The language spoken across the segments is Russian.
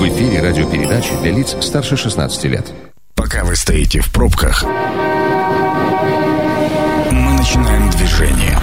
В эфире радиопередачи для лиц старше 16 лет. Пока вы стоите в пробках, мы начинаем движение.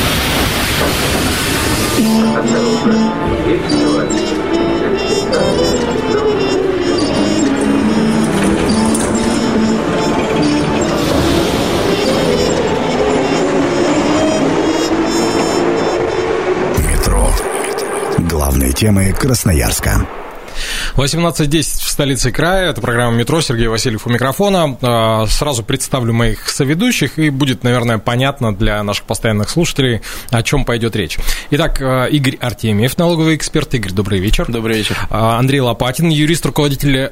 Метро. Главные темы Красноярска. 18:10 в столице края. Это программа «Метро». Сергей Васильев у микрофона. Сразу представлю моих соведущих, и будет, наверное, понятно для наших постоянных слушателей, о чем пойдет речь. Итак, Игорь Артемьев, налоговый эксперт. Игорь, добрый вечер. Добрый вечер. Андрей Лопатин, юрист, руководитель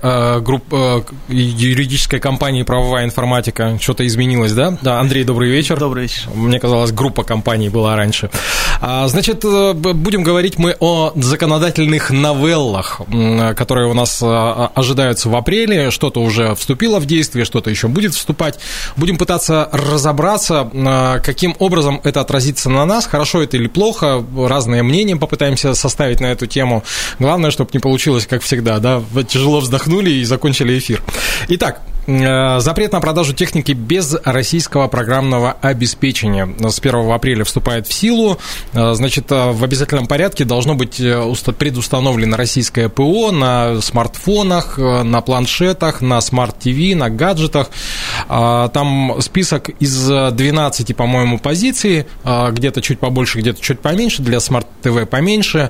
юридической компании «Правовая информатика». Что-то изменилось, да? Да, Андрей, добрый вечер. Добрый вечер. Мне казалось, группа компаний была раньше. Значит, будем говорить мы о законодательных новеллах, которые у нас ожидаются в апреле. Что-то уже вступило в действие, что-то еще будет вступать. Будем пытаться разобраться, каким образом это отразится на нас, хорошо это или плохо. Разные мнения попытаемся составить на эту тему. Главное, чтобы не получилось, как всегда, да, тяжело вздохнули и закончили эфир. Итак, запрет на продажу техники без российского программного обеспечения с 1 апреля вступает в силу. Значит, в обязательном порядке должно быть предустановлено российское ПО на смартфонах, на планшетах, на смарт-ТВ, на гаджетах. Там список из 12, по-моему, позиций, где-то чуть побольше, где-то чуть поменьше, для смарт-ТВ поменьше.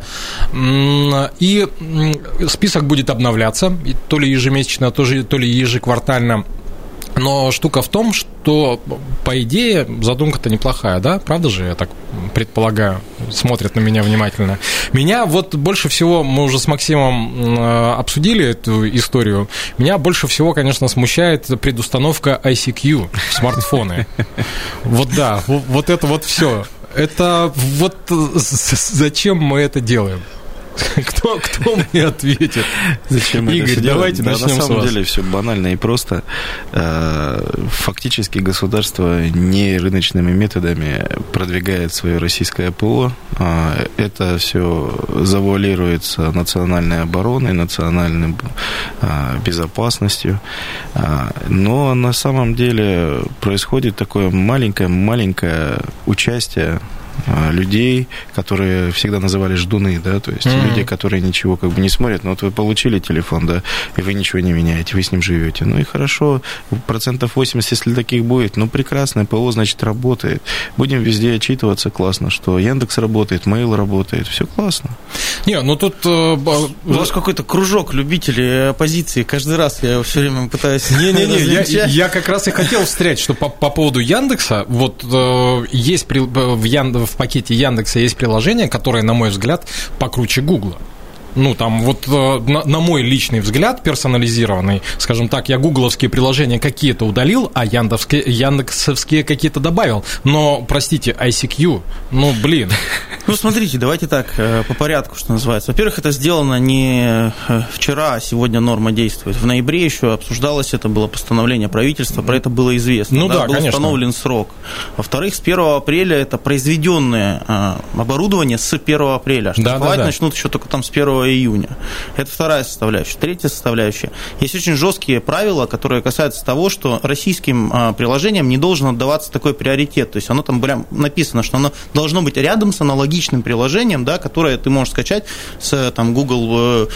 И список будет обновляться, то ли ежемесячно, то ли ежеквартально. Но штука в том, что, по идее, задумка-то неплохая, да? Правда же, я так предполагаю, смотрят на меня внимательно. Меня вот больше всего, мы уже с Максимом обсудили эту историю, меня больше всего, конечно, смущает предустановка ICQ в смартфоны. Вот да, вот это вот все. Это вот зачем мы это делаем? Кто мне ответит? Зачем Игорь, это давайте начнем с вас. На самом деле все банально и просто. Фактически государство не рыночными методами продвигает свое российское ПО. Это все завуалируется национальной обороной, национальной безопасностью. Но на самом деле происходит такое маленькое участие людей, которые всегда называли ждуны, да, то есть люди, которые ничего как бы не смотрят, но вот вы получили телефон, да, и вы ничего не меняете, вы с ним живете, ну и хорошо, 80%, если таких будет, ну прекрасно, ПО, значит, работает, будем везде отчитываться, классно, что Яндекс работает, Mail работает, все классно. Не, ну тут... У вас какой-то кружок любителей оппозиции, каждый раз я все время пытаюсь... Не-не-не, я как раз и хотел встрять, что по поводу Яндекса, вот есть в пакете Яндекса есть приложение, которое, на мой взгляд, покруче Гугла. Ну, там вот на мой личный взгляд, персонализированный, скажем так, я гугловские приложения какие-то удалил, а яндексовские какие-то добавил. Но, простите, ICQ, ну, блин. Ну, смотрите, давайте так, по порядку, что называется. Во-первых, это сделано не вчера, а сегодня норма действует. В ноябре еще обсуждалось, это было постановление правительства, про это было известно. Ну, да, был конечно. установлен срок. Во-вторых, с 1 апреля это произведенное оборудование с 1 апреля. Штрафовать начнут еще только там с 1 июня. Это вторая составляющая. Третья составляющая. Есть очень жесткие правила, которые касаются того, что российским приложениям не должен отдаваться такой приоритет. То есть оно там прям написано, что оно должно быть рядом с аналогичным приложением, да, которое ты можешь скачать с там, Google...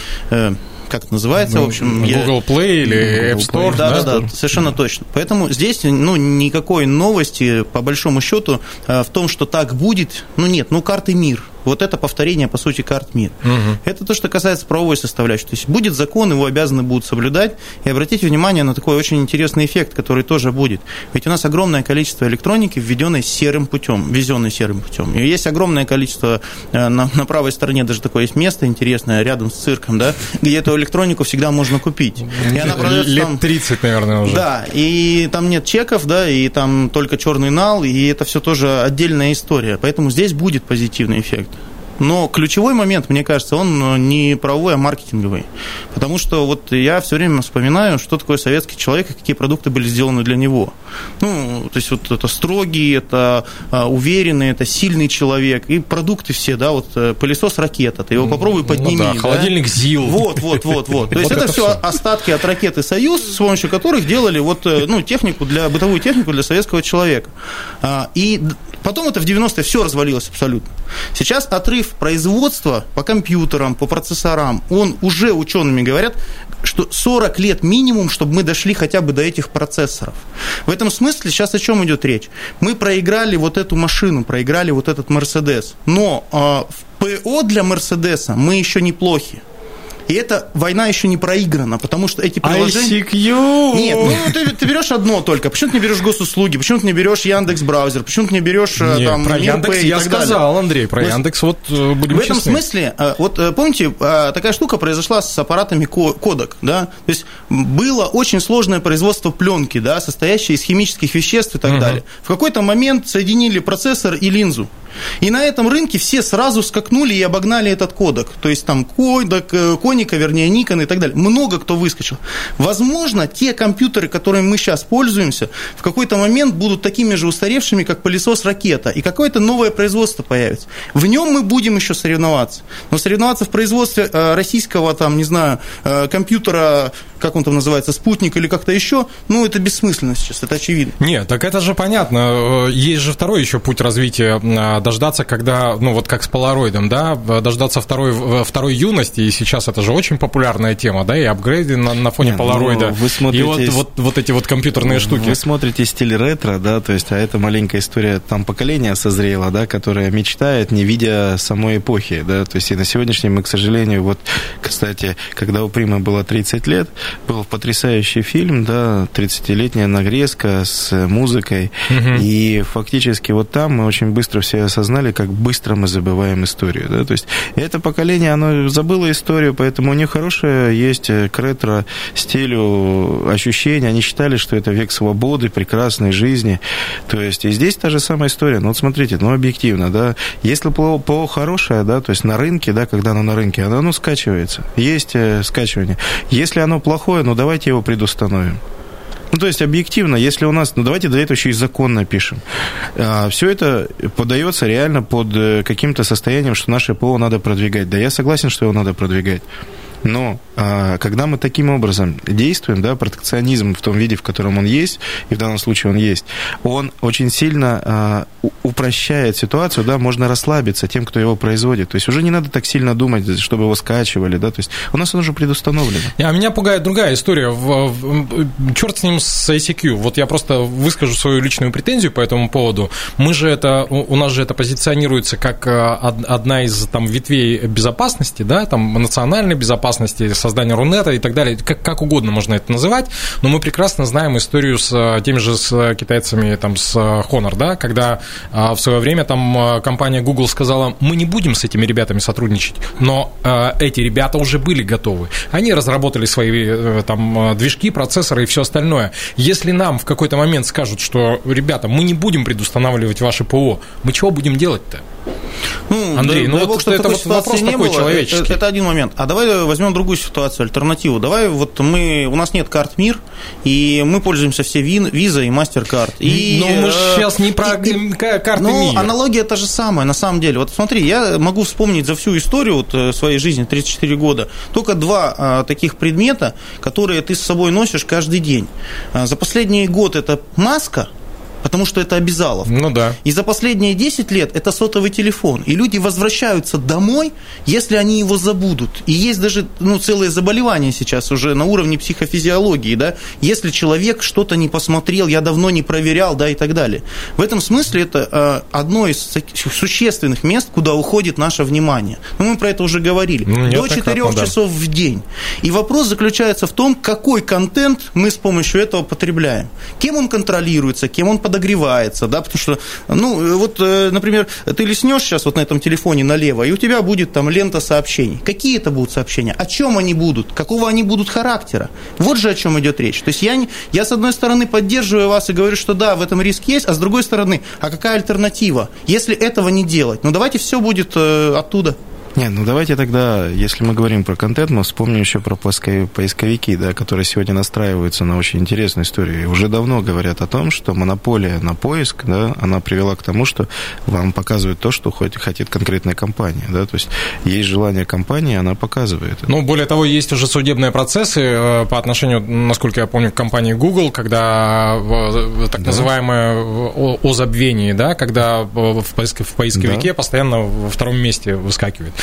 как это называется, в общем... Google Play или App Store. Да, совершенно точно. Поэтому здесь, никакой новости, по большому счету, в том, что так будет, нет, карты МИР. Вот это повторение, по сути, карт МИР. Это то, что касается правовой составляющей. То есть будет закон, его обязаны будут соблюдать. И обратите внимание на такой очень интересный эффект, который тоже будет. Ведь у нас огромное количество электроники, введенной серым путем, везенной серым путем. И есть огромное количество, на правой стороне даже такое есть место интересное, рядом с цирком, да, где эту электронику всегда можно купить. И она лет там, 30, наверное, уже. Да, и там нет чеков, да, и там только черный нал, и это все тоже отдельная история. Поэтому здесь будет позитивный эффект. но ключевой момент, мне кажется, он не правовой, а маркетинговый. Потому что вот я все время вспоминаю, что такое советский человек и какие продукты были сделаны для него. Ну, то есть вот это строгий, это уверенный, это сильный человек, и продукты все, да, вот пылесос «Ракета», ты его попробуй подними. Ну, да, холодильник «ЗИЛ». Вот. То есть это все остатки от ракеты «Союз», с помощью которых делали вот, ну, бытовую технику для советского человека. И потом это в 90-е все развалилось абсолютно. Сейчас отрыв производства по компьютерам, по процессорам, он уже, учеными говорят, что 40 лет минимум, чтобы мы дошли хотя бы до этих процессоров. В этом смысле сейчас о чем идет речь? Мы проиграли вот эту машину, проиграли вот этот Мерседес, но в ПО для Мерседеса мы еще неплохи. И эта война еще не проиграна, потому что эти приложения... ICQ! Нет, ну ты берешь одно только. Почему ты не берешь госуслуги? Почему ты не берешь Яндекс.Браузер? Почему ты не берешь там про Яндекс я сказал, Андрей, про Яндекс вот будем честны. В этом смысле, вот помните, такая штука произошла с аппаратами Kodak, да? То есть было очень сложное производство пленки, да, состоящее из химических веществ и так далее. В какой-то момент соединили процессор и линзу. И на этом рынке все сразу скакнули и обогнали этот кодек. То есть там Коника, вернее, Nikon и так далее. Много кто выскочил. Возможно, те компьютеры, которыми мы сейчас пользуемся, в какой-то момент будут такими же устаревшими, как пылесос «Ракета», и какое-то новое производство появится. В нем мы будем еще соревноваться. Но соревноваться в производстве российского, там, не знаю, компьютера, как он там называется, «Спутник» или как-то еще, ну, это бессмысленно сейчас, это очевидно. Нет, так это же понятно. Есть же второй еще путь развития, дождаться, когда, ну, вот как с полароидом, да, дождаться второй юности, и сейчас это же очень популярная тема, да, и апгрейды на фоне полароида, вы смотрите, и вот эти вот компьютерные штуки. Вы смотрите стиль ретро, да, то есть, а это маленькая история, там поколение созрело, да, которое мечтает, не видя самой эпохи, да, то есть, и на сегодняшний мы, к сожалению, вот, кстати, когда у Примы было 30 лет, был потрясающий фильм, да, 30-летняя нагрезка с музыкой, и фактически вот там мы очень быстро все осознали, как быстро мы забываем историю, да, то есть это поколение, оно забыло историю, поэтому у них хорошее есть к ретро-стилю ощущение, они считали, что это век свободы, прекрасной жизни, то есть и здесь та же самая история, ну вот смотрите, ну объективно, да, если ПО хорошее, да, то есть на рынке, да, когда оно на рынке, оно скачивается, есть скачивание, если оно плохое, ну давайте его предустановим. Ну, то есть, объективно, если у нас... Ну, давайте для этого еще и закон напишем. Все это подается реально под каким-то состоянием, что наше ПО надо продвигать. Да, я согласен, что его надо продвигать. Но когда мы таким образом действуем, да, протекционизм в том виде, в котором он есть, и в данном случае он есть, он очень сильно упрощает ситуацию, да, можно расслабиться тем, кто его производит. То есть уже не надо так сильно думать, чтобы его скачивали, да, то есть у нас он уже предустановлено. А меня пугает другая история. Черт с ним, с ICQ. Вот я просто выскажу свою личную претензию по этому поводу. У нас же это позиционируется как одна из там ветвей безопасности, да, там национальной безопасности, создания Рунета и так далее, как угодно можно это называть, но мы прекрасно знаем историю с теми же с китайцами, там, с Honor, да, когда в свое время там компания Google сказала, мы не будем с этими ребятами сотрудничать, но эти ребята уже были готовы, они разработали свои там движки, процессоры и все остальное. Если нам в какой-то момент скажут, что, ребята, мы не будем предустанавливать ваше ПО, мы чего будем делать-то? Ну, Андрей, дай бог, что это вот вопрос такой человеческий. Это один момент. А давай возьмем другую ситуацию, альтернативу. Давай вот у нас нет карт МИР, и мы пользуемся все Visa и MasterCard. Но мы сейчас не про карты МИР. Аналогия та же самая, на самом деле. Вот смотри, я могу вспомнить за всю историю вот своей жизни, 34 года, только два таких предмета, которые ты с собой носишь каждый день. За последний год это маска, потому что это обязаловка. Ну да. И за последние 10 лет это сотовый телефон. И люди возвращаются домой, если они его забудут. И есть даже целые заболевания сейчас уже на уровне психофизиологии, да, если человек что-то не посмотрел, я давно не проверял, да, и так далее. В этом смысле это одно из существенных мест, куда уходит наше внимание. Мы про это уже говорили. До 4 часов в день. И вопрос заключается в том, какой контент мы с помощью этого потребляем. Кем он контролируется, кем он подается, подогревается, да, потому что, ну, вот, например, ты листнешь сейчас вот на этом телефоне налево, и у тебя будет там лента сообщений. Какие это будут сообщения? О чем они будут? Какого они будут характера? Вот же о чем идет речь. То есть я с одной стороны поддерживаю вас и говорю, что да, в этом риск есть, а с другой стороны, а какая альтернатива? Если этого не делать, ну давайте все будет оттуда. Нет, ну давайте тогда, если мы говорим про контент, мы вспомним еще про поисковики, да, которые сегодня настраиваются на очень интересную историю. И уже давно говорят о том, что монополия на поиск, да, она привела к тому, что вам показывают то, что хотит конкретная компания. Да, то есть есть желание компании, она показывает это. Ну, более того, есть уже судебные процессы по отношению, насколько я помню, к компании Google, когда так называемое о забвении, да, когда в поисковике постоянно во втором месте выскакивает.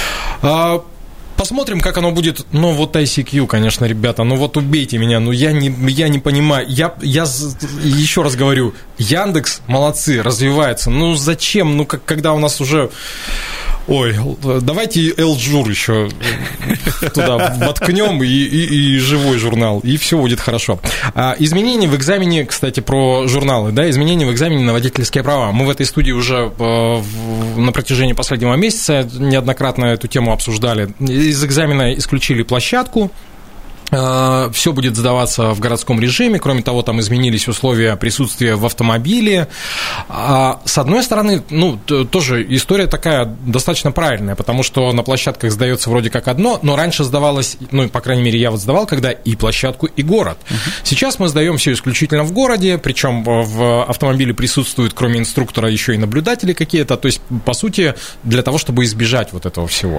Посмотрим, как оно будет. Ну, вот ICQ, конечно, ребята, ну вот убейте меня, ну я не понимаю. Я еще раз говорю, Яндекс молодцы, развивается. Ну зачем? Ну, когда у нас уже... Ой, давайте Элджур еще туда воткнем и живой журнал, и все будет хорошо. Изменения в экзамене, кстати, про журналы, да, изменения в экзамене на водительские права. Мы в этой студии уже на протяжении последнего месяца неоднократно эту тему обсуждали. Из экзамена исключили площадку. Все будет сдаваться в городском режиме. Кроме того, там изменились условия присутствия в автомобиле. С одной стороны, ну, тоже история такая достаточно правильная, потому что на площадках сдается вроде как одно, но раньше сдавалось, ну, по крайней мере, я вот сдавал, когда и площадку, и город. Сейчас мы сдаем все исключительно в городе, причем в автомобиле присутствуют, кроме инструктора, еще и наблюдатели какие-то. То есть, по сути, для того, чтобы избежать вот этого всего.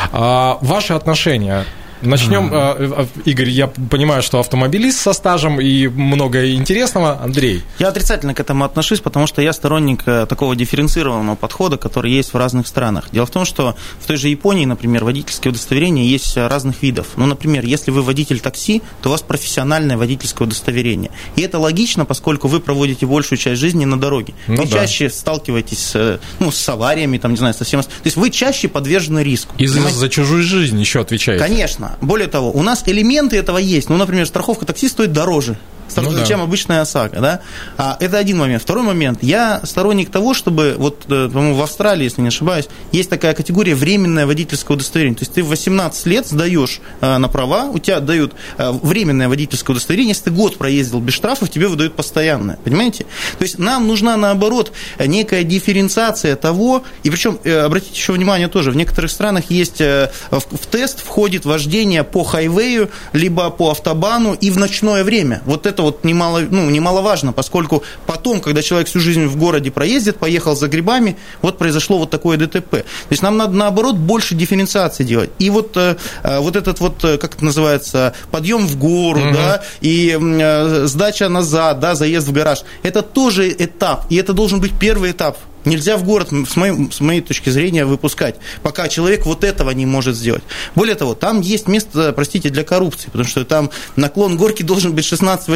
Ваши отношения... Начнем, Игорь, я понимаю, что автомобилист со стажем и много интересного. Андрей? Я отрицательно к этому отношусь, потому что я сторонник такого дифференцированного подхода, который есть в разных странах. Дело в том, что в той же Японии, например, водительские удостоверения есть разных видов. Ну, например, если вы водитель такси, то у вас профессиональное водительское удостоверение. И это логично, поскольку вы проводите большую часть жизни на дороге. Вы чаще сталкиваетесь с авариями, там, не знаю, совсем... То есть вы чаще подвержены риску. И за чужую жизнь еще отвечаете. Конечно. Более того, у нас элементы этого есть. Ну, например, страховка такси стоит дороже, чем обычная ОСАГО, да? Это один момент. Второй момент. Я сторонник того, чтобы, вот, по-моему, в Австралии, если не ошибаюсь, есть такая категория временное водительское удостоверение. То есть ты в 18 лет сдаешь на права, у тебя дают временное водительское удостоверение, если ты год проездил без штрафов, тебе выдают постоянное. Понимаете? То есть нам нужна, наоборот, некая дифференциация того, и причем, обратите еще внимание тоже, в некоторых странах есть, в тест входит вождение по хайвею, либо по автобану и в ночное время. Вот это вот немаловажно, поскольку потом, когда человек всю жизнь в городе проездит, поехал за грибами, вот произошло вот такое ДТП. То есть нам надо, наоборот, больше дифференциации делать. И вот этот вот, как это называется, подъем в гору, да, и сдача назад, да, заезд в гараж, это тоже этап, и это должен быть первый этап. Нельзя в город, с моей точки зрения, выпускать, пока человек вот этого не может сделать. Более того, там есть место, простите, для коррупции, потому что там наклон горки должен быть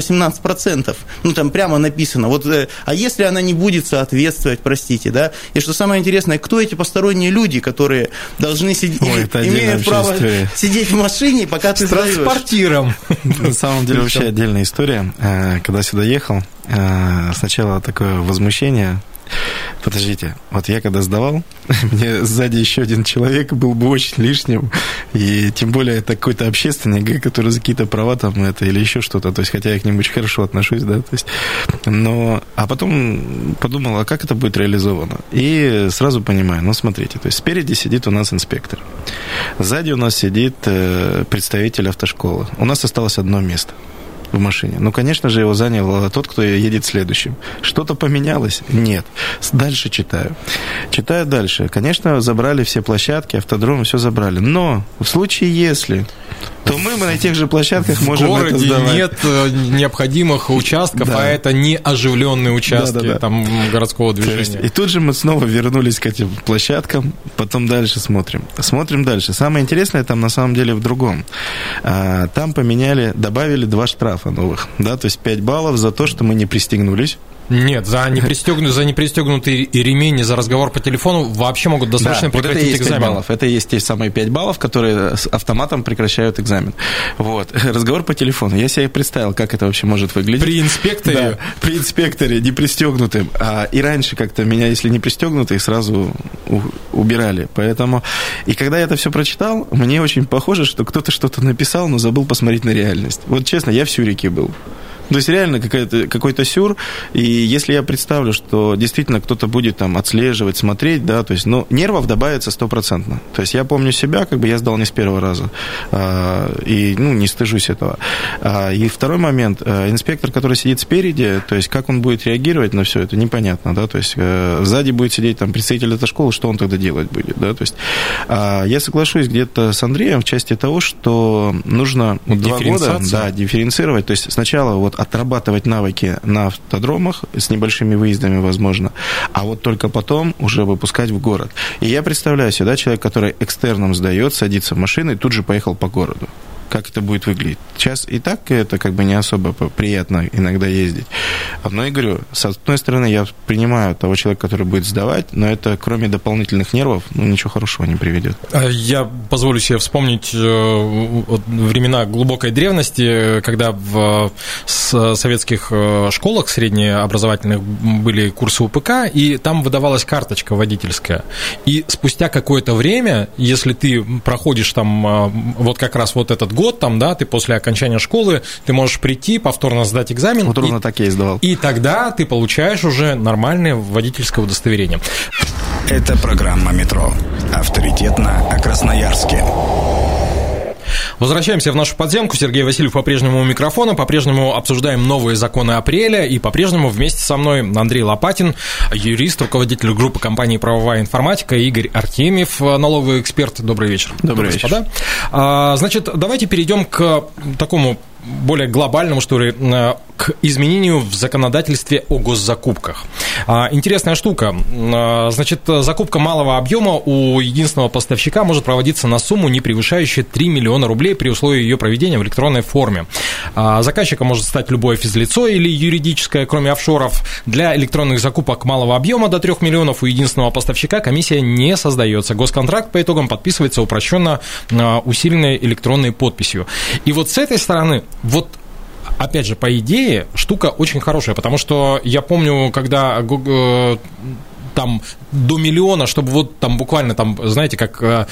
16-18%. Ну, там прямо написано. Вот, а если она не будет соответствовать, простите, да? И что самое интересное, кто эти посторонние люди, которые должны сидеть, имеют право сидеть в машине, пока ты сдаешь? С транспортиром. На самом деле, вообще отдельная история. Когда сюда ехал, сначала такое возмущение. Подождите, вот я когда сдавал, мне сзади еще один человек был бы очень лишним, и тем более это какой-то общественник, который за какие-то права там это или еще что-то, то есть, хотя я к ним очень хорошо отношусь, да, то есть, но, а потом подумал, а как это будет реализовано, и сразу понимаю, ну, смотрите, то есть, спереди сидит у нас инспектор, сзади у нас сидит представитель автошколы, у нас осталось одно место в машине. Ну, конечно же, его занял тот, кто едет следующим. Что-то поменялось? Нет. Дальше читаю. Читаю дальше. Конечно, забрали все площадки, автодромы, все забрали. Но в случае, если, то мы на тех же площадках можем это сдавать. В городе нет необходимых участков, а это не оживленные участки там городского движения. И тут же мы снова вернулись к этим площадкам, потом дальше смотрим. Смотрим дальше. Самое интересное там на самом деле в другом. Там добавили 2 штрафа новых, да, то есть 5 баллов за то, что мы не пристегнулись. Нет, за непристегнутый ремень и за разговор по телефону вообще могут досрочно прекратить экзамен. Это и есть те самые 5 баллов, которые с автоматом прекращают экзамен. Вот. Разговор по телефону. Я себе представил, как это вообще может выглядеть. При инспекторе? Да, при инспекторе, не пристегнутым. И раньше как-то меня, если не пристегнутый, сразу убирали. Поэтому... И когда я это все прочитал, мне очень похоже, что кто-то что-то написал, но забыл посмотреть на реальность. Вот честно, я в сюрике был. То есть реально какой-то сюр, и если я представлю, что действительно кто-то будет там отслеживать, смотреть, да, то есть, нервов добавится 100%. То есть я помню себя, как бы я сдал не с первого раза, и, не стыжусь этого. И второй момент, инспектор, который сидит спереди, то есть как он будет реагировать на все это, непонятно, да, то есть сзади будет сидеть там представитель этой школы, что он тогда делать будет, да, то есть я соглашусь где-то с Андреем в части того, что нужно 2 года, да, дифференцировать, то есть сначала отрабатывать навыки на автодромах с небольшими выездами, возможно, а вот только потом уже выпускать в город. И я представляю себе, да, человек, который экстерном сдает, садится в машину и тут же поехал по городу. Как это будет выглядеть? Сейчас и так это как бы не особо приятно иногда ездить. Но я говорю, с одной стороны, я принимаю того человека, который будет сдавать, но это, кроме дополнительных нервов, ничего хорошего не приведет. Я позволю себе вспомнить времена глубокой древности, когда в советских школах среднеобразовательных были курсы УПК, и там выдавалась карточка водительская. И спустя какое-то время, если ты проходишь там вот как раз вот этот год, там, да, ты после окончания школы, ты можешь прийти, повторно сдать экзамен. Вот ровно так я и сдавал. И тогда ты получаешь уже нормальное водительское удостоверение. Это программа «Метро». Авторитетно о Красноярске. Возвращаемся в нашу подземку. Сергей Васильев по-прежнему у микрофона. По-прежнему обсуждаем новые законы апреля. И по-прежнему вместе со мной Андрей Лопатин, юрист, руководитель группы компании «Правовая информатика», Игорь Артемьев, налоговый эксперт. Добрый вечер. Добрый вечер. Господа. Значит, давайте перейдем к такому более глобальному, что ли, к изменению в законодательстве о госзакупках. Интересная штука. Значит, закупка малого объема у единственного поставщика может проводиться на сумму, не превышающую 3 миллиона рублей при условии ее проведения в электронной форме. Заказчиком может стать любое физлицо или юридическое, кроме офшоров. Для электронных закупок малого объема до 3 миллионов у единственного поставщика комиссия не создается. Госконтракт по итогам подписывается упрощенно усиленной электронной подписью. И вот с этой стороны, вот опять же, по идее, штука очень хорошая, потому что я помню, когда там до миллиона, чтобы вот там буквально, там, знаете, как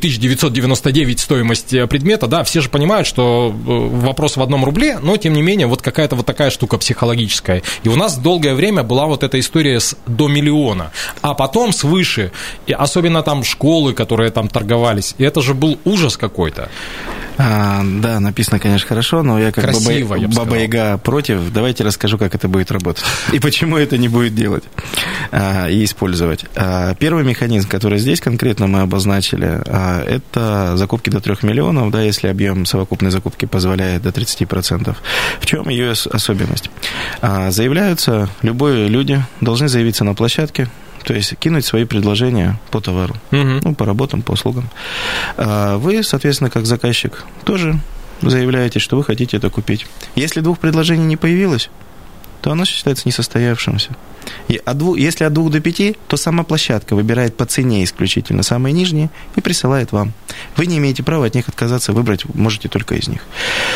9999 стоимость предмета, да, все же понимают, что вопрос в 1 рубле, но, тем не менее, вот какая-то вот такая штука психологическая. И у нас долгое время была вот эта история с до миллиона, а потом свыше, и особенно там школы, которые там торговались, и это же был ужас какой-то. Да, написано, конечно, хорошо, но я как Баба-Яга против. Давайте расскажу, как это будет работать и почему это не будет делать и использовать. Первый механизм, который здесь конкретно мы обозначили, это закупки до 3 миллионов, да, если объем совокупной закупки позволяет до 30%. В чем ее особенность? Заявляются, люди должны заявиться на площадке, то есть кинуть свои предложения по товару, по работам, по услугам. Вы, соответственно, как заказчик, тоже заявляете, что вы хотите это купить. Если 2 предложений не появилось, то оно считается несостоявшимся. Если от 2 до 5, то сама площадка выбирает по цене исключительно самые нижние и присылает вам. Вы не имеете права от них отказаться, выбрать можете только из них.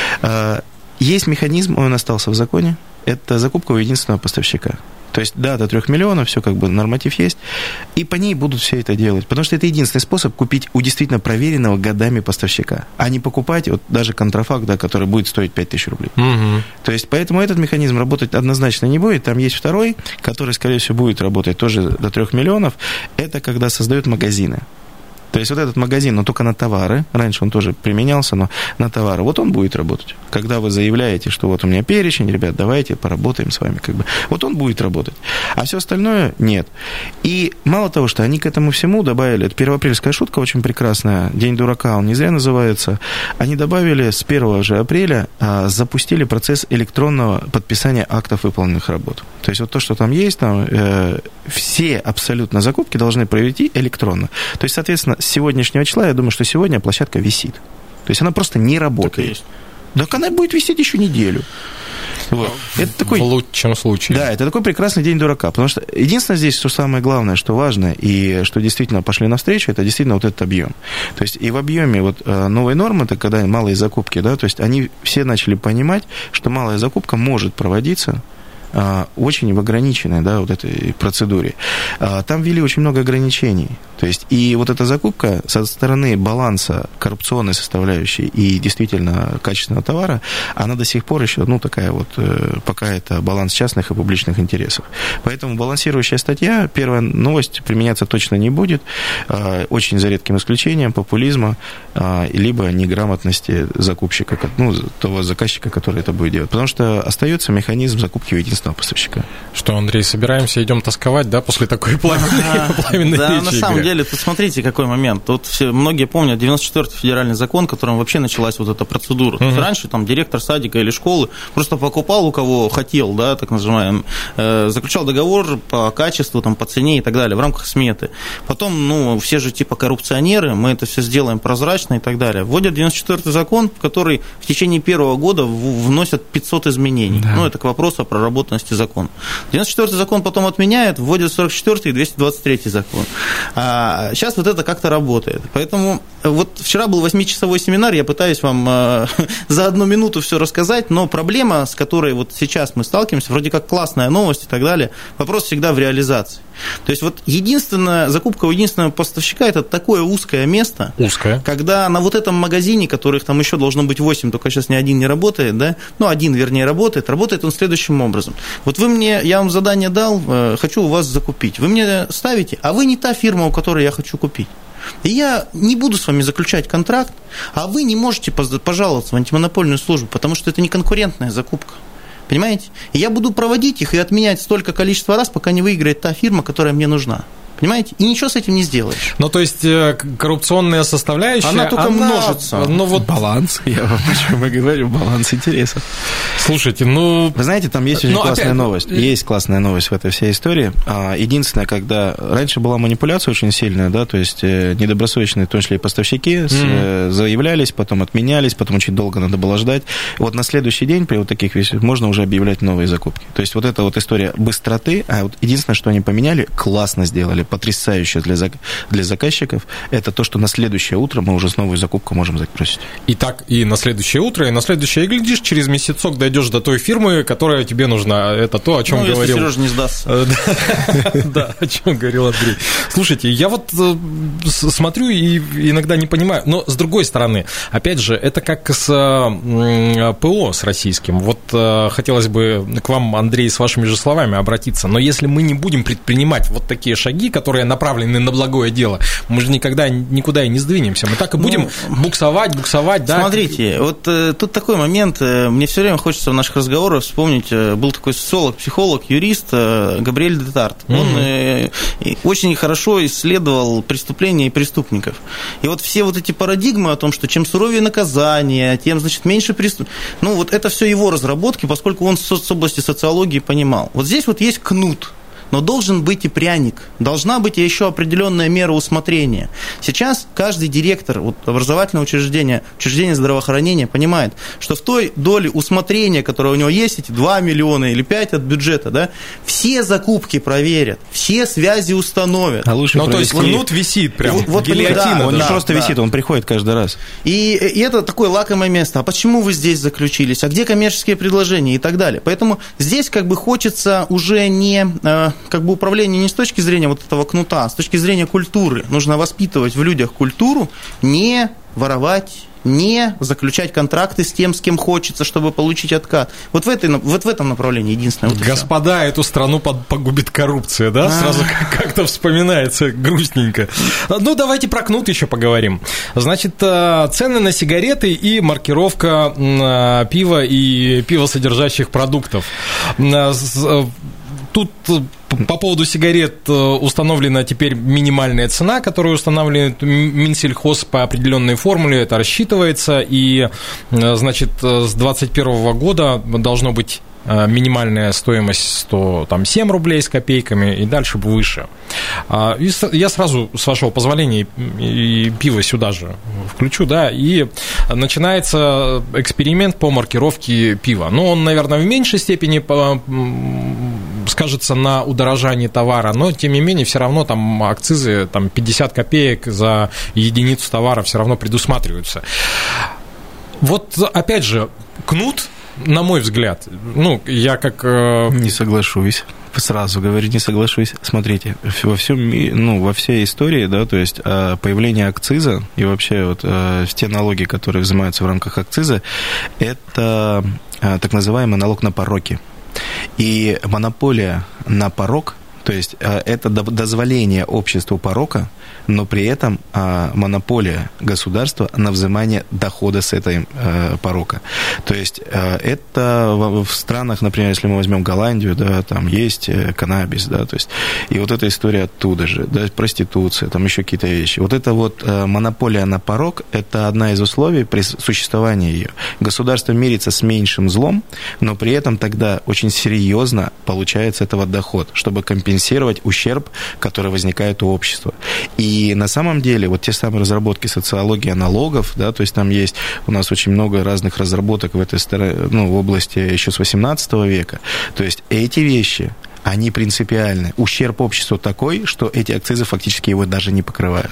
Есть механизм, он остался в законе, это закупка у единственного поставщика. То есть, да, до 3 миллионов, все как бы норматив есть, и по ней будут все это делать. Потому что это единственный способ купить у действительно проверенного годами поставщика, а не покупать вот даже контрафакт, да, который будет стоить 5000 рублей. То есть, поэтому этот механизм работать однозначно не будет. Там есть второй, который, скорее всего, будет работать тоже до 3 миллионов. Это когда создают магазины. То есть вот этот магазин, но только на товары, раньше он тоже применялся, но на товары, вот он будет работать. Когда вы заявляете, что вот у меня перечень, ребят, давайте поработаем с вами, как бы, вот он будет работать. А все остальное нет. И мало того, что они к этому всему добавили, это первоапрельская шутка очень прекрасная, День дурака, он не зря называется, они добавили с 1 же апреля, запустили процесс электронного подписания актов выполненных работ. То есть вот то, что там есть, там все абсолютно закупки должны провести электронно. То есть, соответственно, с сегодняшнего числа, я думаю, что сегодня площадка висит. То есть она просто не работает. Так она будет висеть еще неделю. Вот. Это такой, в лучшем случае. Да, это такой прекрасный день дурака, потому что единственное здесь, что самое главное, что важно, и что действительно пошли навстречу, это действительно вот этот объем. То есть и в объеме вот новой нормы, это когда малые закупки, да, то есть они все начали понимать, что малая закупка может проводиться очень в ограниченной, да, вот этой процедуре. Там ввели очень много ограничений. То есть и вот эта закупка со стороны баланса коррупционной составляющей и действительно качественного товара, она до сих пор еще, ну, такая вот, пока это баланс частных и публичных интересов. Поэтому балансирующая статья, первая новость, применяться точно не будет, очень за редким исключением популизма, либо неграмотности закупщика, ну, того заказчика, который это будет делать. Потому что остается механизм закупки у единственного поставщика. Что, Андрей, собираемся, идем тосковать, да, после такой пламенной да, речи? На самом деле, тут смотрите, какой момент. Тут многие помнят 94-й федеральный закон, которым вообще началась вот эта процедура. То есть раньше там директор садика или школы просто покупал у кого хотел, да, так называемый, заключал договор по качеству, там, по цене и так далее в рамках сметы. Потом, ну, все же типа коррупционеры, мы это все сделаем прозрачно и так далее. Вводят 94-й закон, в который в течение первого года вносят 500 изменений. Да. Ну, это к вопросу о проработанности закона. 94-й закон потом отменяют, вводят 44-й и 223-й закон. А сейчас вот это как-то работает. Поэтому вот вчера был 8-часовой семинар, я пытаюсь вам за 1 минуту все рассказать, но проблема, с которой вот сейчас мы сталкиваемся, вроде как классная новость и так далее, вопрос всегда в реализации. То есть вот единственная закупка у единственного поставщика – это такое узкое место, когда на вот этом магазине, которых там еще должно быть 8, только сейчас ни один не работает, да, ну, один, вернее, работает он следующим образом. Вот я вам задание дал, хочу у вас закупить, вы мне ставите, а вы не та фирма, у которой я хочу купить. И я не буду с вами заключать контракт, а вы не можете пожаловаться в антимонопольную службу, потому что это не конкурентная закупка. Понимаете? И я буду проводить их и отменять столько количества раз, пока не выиграет та фирма, которая мне нужна. Понимаете? И ничего с этим не сделаешь. Ну, то есть, коррупционная составляющая... Она только множится. Ну, вот баланс, я вам почему говорю, баланс интересов. Слушайте, ну... Вы знаете, там есть очень классная новость. Есть классная новость в этой всей истории. Единственное, когда... Раньше была манипуляция очень сильная, да, то есть недобросовестные, в том числе и поставщики, заявлялись, потом отменялись, потом очень долго надо было ждать. Вот на следующий день при вот таких вещах можно уже объявлять новые закупки. То есть вот эта вот история быстроты, а вот единственное, что они поменяли, классно сделали, потрясающе для заказчиков, это то, что на следующее утро мы уже с новой закупкой можем запросить. И так и на следующее утро, и на следующее, и глядишь, через месяцок дойдешь до той фирмы, которая тебе нужна. Это то, о чем говорил... если Сережа не сдастся. Да, о чем говорил Андрей. Слушайте, я вот смотрю и иногда не понимаю, но с другой стороны, опять же, это как с ПО, с российским. Вот хотелось бы к вам, Андрей, с вашими же словами обратиться, но если мы не будем предпринимать вот такие шаги, которые направлены на благое дело, мы же никогда никуда и не сдвинемся. Мы так и будем буксовать, да. Смотрите, вот тут такой момент, мне все время хочется в наших разговорах вспомнить, был такой социолог, психолог, юрист Габриэль Детарт. Он очень хорошо исследовал преступления и преступников. И вот все вот эти парадигмы о том, что чем суровее наказание, тем, значит, меньше преступников, ну, вот это все его разработки, поскольку он с области социологии понимал. Вот здесь вот есть кнут. Но должен быть и пряник, должна быть и еще определенная мера усмотрения. Сейчас каждый директор образовательного учреждения здравоохранения понимает, что в той доле усмотрения, которая у него есть, эти 2 миллиона или 5 от бюджета, да, все закупки проверят, все связи установят. А лучше то есть кнут висит прям, гильотина. Он не просто висит, он приходит каждый раз. И это такое лакомое место. А почему вы здесь заключились? А где коммерческие предложения и так далее? Поэтому здесь как бы хочется уже не... как бы управление не с точки зрения вот этого кнута, а с точки зрения культуры. Нужно воспитывать в людях культуру, не воровать, не заключать контракты с тем, с кем хочется, чтобы получить откат. Вот в этом направлении единственное. Вот господа, эту страну погубит коррупция, да? Сразу как-то вспоминается грустненько. Ну, давайте про кнут еще поговорим. Значит, цены на сигареты и маркировка пива и пивосодержащих продуктов. Тут по поводу сигарет установлена теперь минимальная цена, которую устанавливает Минсельхоз по определенной формуле. Это рассчитывается, и, значит, с 2021 года должно быть минимальная стоимость 107 рублей с копейками и дальше выше. И я сразу, с вашего позволения, и пиво сюда же включу, да, и начинается эксперимент по маркировке пива. Ну, он, наверное, в меньшей степени скажется на удорожании товара, но, тем не менее, все равно там акцизы, там 50 копеек за единицу товара все равно предусматриваются. Вот, опять же, кнут, на мой взгляд, ну, я как... Не соглашусь. Сразу говорю, не соглашусь. Смотрите, во всей истории, да, то есть появление акциза и вообще вот те налоги, которые взимаются в рамках акциза, это так называемый налог на пороки. И монополия на порок, то есть это дозволение обществу порока, но при этом монополия государства на взимание дохода с этой порока. То есть это в странах, например, если мы возьмем Голландию, да, там есть каннабис, да, то есть и вот эта история оттуда же, да, проституция, там еще какие-то вещи. Вот эта вот монополия на порок, это одна из условий при существовании ее. Государство мирится с меньшим злом, но при этом тогда очень серьезно получается этого доход, чтобы компенсировать ущерб, который возникает у общества. И на самом деле вот те самые разработки социология налогов, да, то есть там есть у нас очень много разных разработок в этой в области еще с 18 века. То есть эти вещи, они принципиальны. Ущерб обществу такой, что эти акцизы фактически его даже не покрывают.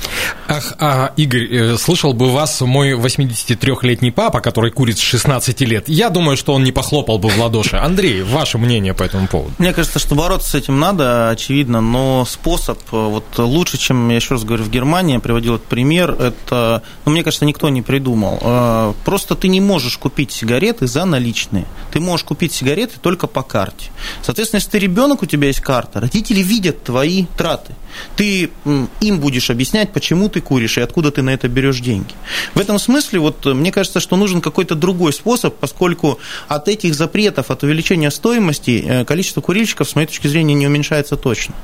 Игорь, слышал бы вас мой 83-летний папа, который курит с 16 лет. Я думаю, что он не похлопал бы в ладоши. Андрей, ваше мнение по этому поводу? Мне кажется, что бороться с этим надо, очевидно, но способ вот лучше, чем, я еще раз говорю, в Германии, я приводил этот пример, это, мне кажется, никто не придумал. Просто ты не можешь купить сигареты за наличные. Ты можешь купить сигареты только по карте. Соответственно, если ты ребенок, у тебя есть карта, родители видят твои траты. Ты им будешь объяснять, почему ты куришь и откуда ты на это берешь деньги. В этом смысле, вот, мне кажется, что нужен какой-то другой способ, поскольку от этих запретов, от увеличения стоимости количество курильщиков, с моей точки зрения, не уменьшается точно.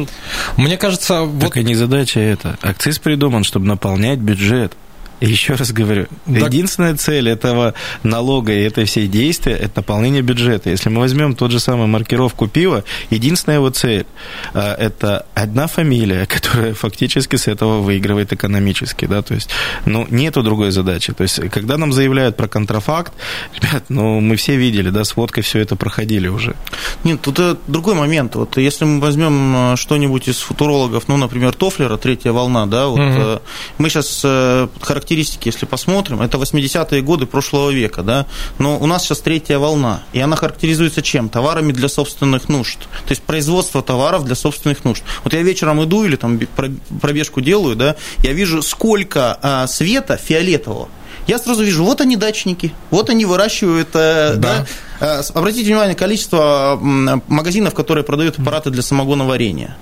Мне кажется... Так и не задача это. Акциз придуман, чтобы наполнять бюджет. И еще раз говорю, единственная цель этого налога и этой всей действия – это наполнение бюджета. Если мы возьмем тот же самый маркировку пива, единственная его цель – это одна фамилия, которая фактически с этого выигрывает экономически. Да? То есть, нету другой задачи. То есть, когда нам заявляют про контрафакт, ребят, мы все видели, да, с водкой все это проходили уже. Нет, тут другой момент. Вот если мы возьмем что-нибудь из футурологов, например, Тофлера, «Третья волна», да, вот мы сейчас характеристики, если посмотрим, это 80-е годы прошлого века, да, но у нас сейчас третья волна, и она характеризуется чем? Товарами для собственных нужд, то есть производство товаров для собственных нужд. Вот я вечером иду или там пробежку делаю, да, я вижу, сколько света фиолетового. Я сразу вижу, вот они дачники, вот они выращивают, да. Обратите внимание, количество магазинов, которые продают аппараты для самогоноварения.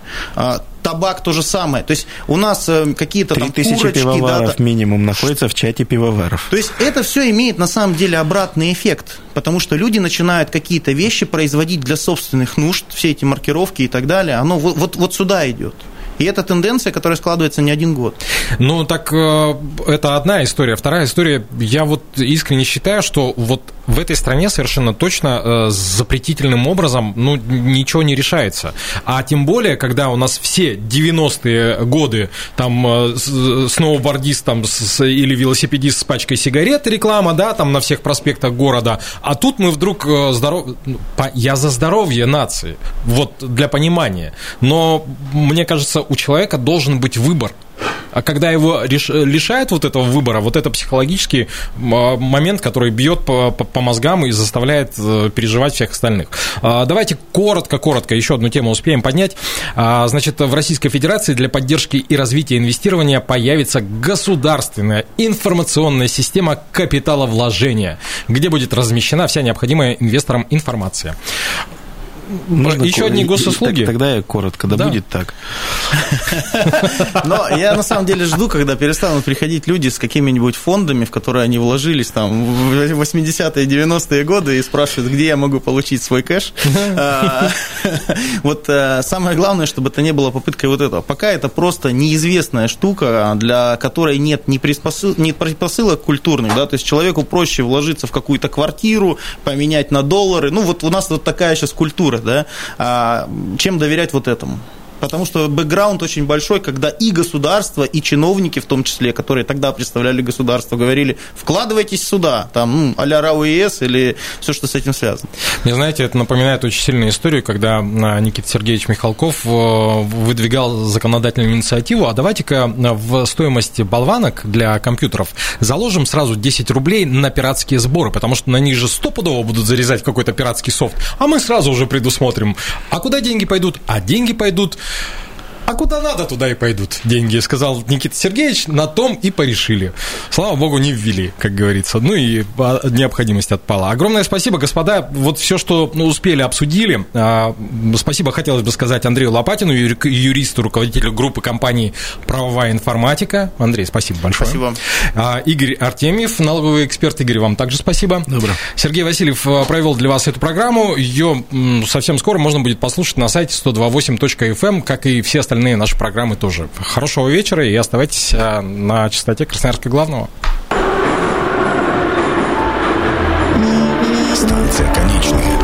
Табак то же самое. То есть у нас какие-то там курочки... 3000 пивоваров минимум находится в чате пивоваров. То есть это все имеет на самом деле обратный эффект, потому что люди начинают какие-то вещи производить для собственных нужд, все эти маркировки и так далее, оно вот сюда идет. И это тенденция, которая складывается не один год. Так это одна история. Вторая история, я вот искренне считаю, что вот в этой стране совершенно точно с запретительным образом ничего не решается. А тем более, когда у нас все 90-е годы там сноубордист там, или велосипедист с пачкой сигарет, реклама, да, там на всех проспектах города, а тут мы вдруг я за здоровье нации, вот для понимания. Но мне кажется, у человека должен быть выбор. А когда его лишают вот этого выбора, вот это психологический момент, который бьет по мозгам и заставляет переживать всех остальных. Давайте коротко, еще одну тему успеем поднять. Значит, в Российской Федерации для поддержки и развития инвестирования появится государственная информационная система капиталовложения, где будет размещена вся необходимая инвесторам информация. Можно еще одни госуслуги? Тогда я коротко, да будет так. Но я на самом деле жду, когда перестанут приходить люди с какими-нибудь фондами, в которые они вложились там в 80-е, 90-е годы и спрашивают, где я могу получить свой кэш. Вот самое главное, чтобы это не было попыткой вот этого. Пока это просто неизвестная штука, для которой нет ни предпосылок культурных, да, то есть человеку проще вложиться в какую-то квартиру, поменять на доллары. Вот у нас вот такая сейчас культура, да, чем доверять вот этому. Потому что бэкграунд очень большой, когда и государство, и чиновники, в том числе, которые тогда представляли государство, говорили, вкладывайтесь сюда, там, а-ля РАО ЕС или все, что с этим связано. Мне, знаете, это напоминает очень сильную историю, когда Никита Сергеевич Михалков выдвигал законодательную инициативу, а давайте-ка в стоимость болванок для компьютеров заложим сразу 10 рублей на пиратские сборы, потому что на них же стопудово будут зарезать какой-то пиратский софт, а мы сразу уже предусмотрим, а куда деньги пойдут? А деньги пойдут... А куда надо, туда и пойдут деньги, сказал Никита Сергеевич, на том и порешили. Слава богу, не ввели, как говорится. Ну и необходимость отпала. Огромное спасибо, господа. Вот все, что успели, обсудили. Спасибо, хотелось бы сказать Андрею Лопатину, юристу, руководителю группы компании «Правовая информатика». Андрей, спасибо большое. Спасибо. Игорь Артемьев, налоговый эксперт. Игорь, вам также спасибо. Добро. Сергей Васильев провел для вас эту программу. Ее совсем скоро можно будет послушать на сайте 128.fm, как и все остальные наши программы тоже. Хорошего вечера и оставайтесь на частоте Красноярска главного. Станция конечная.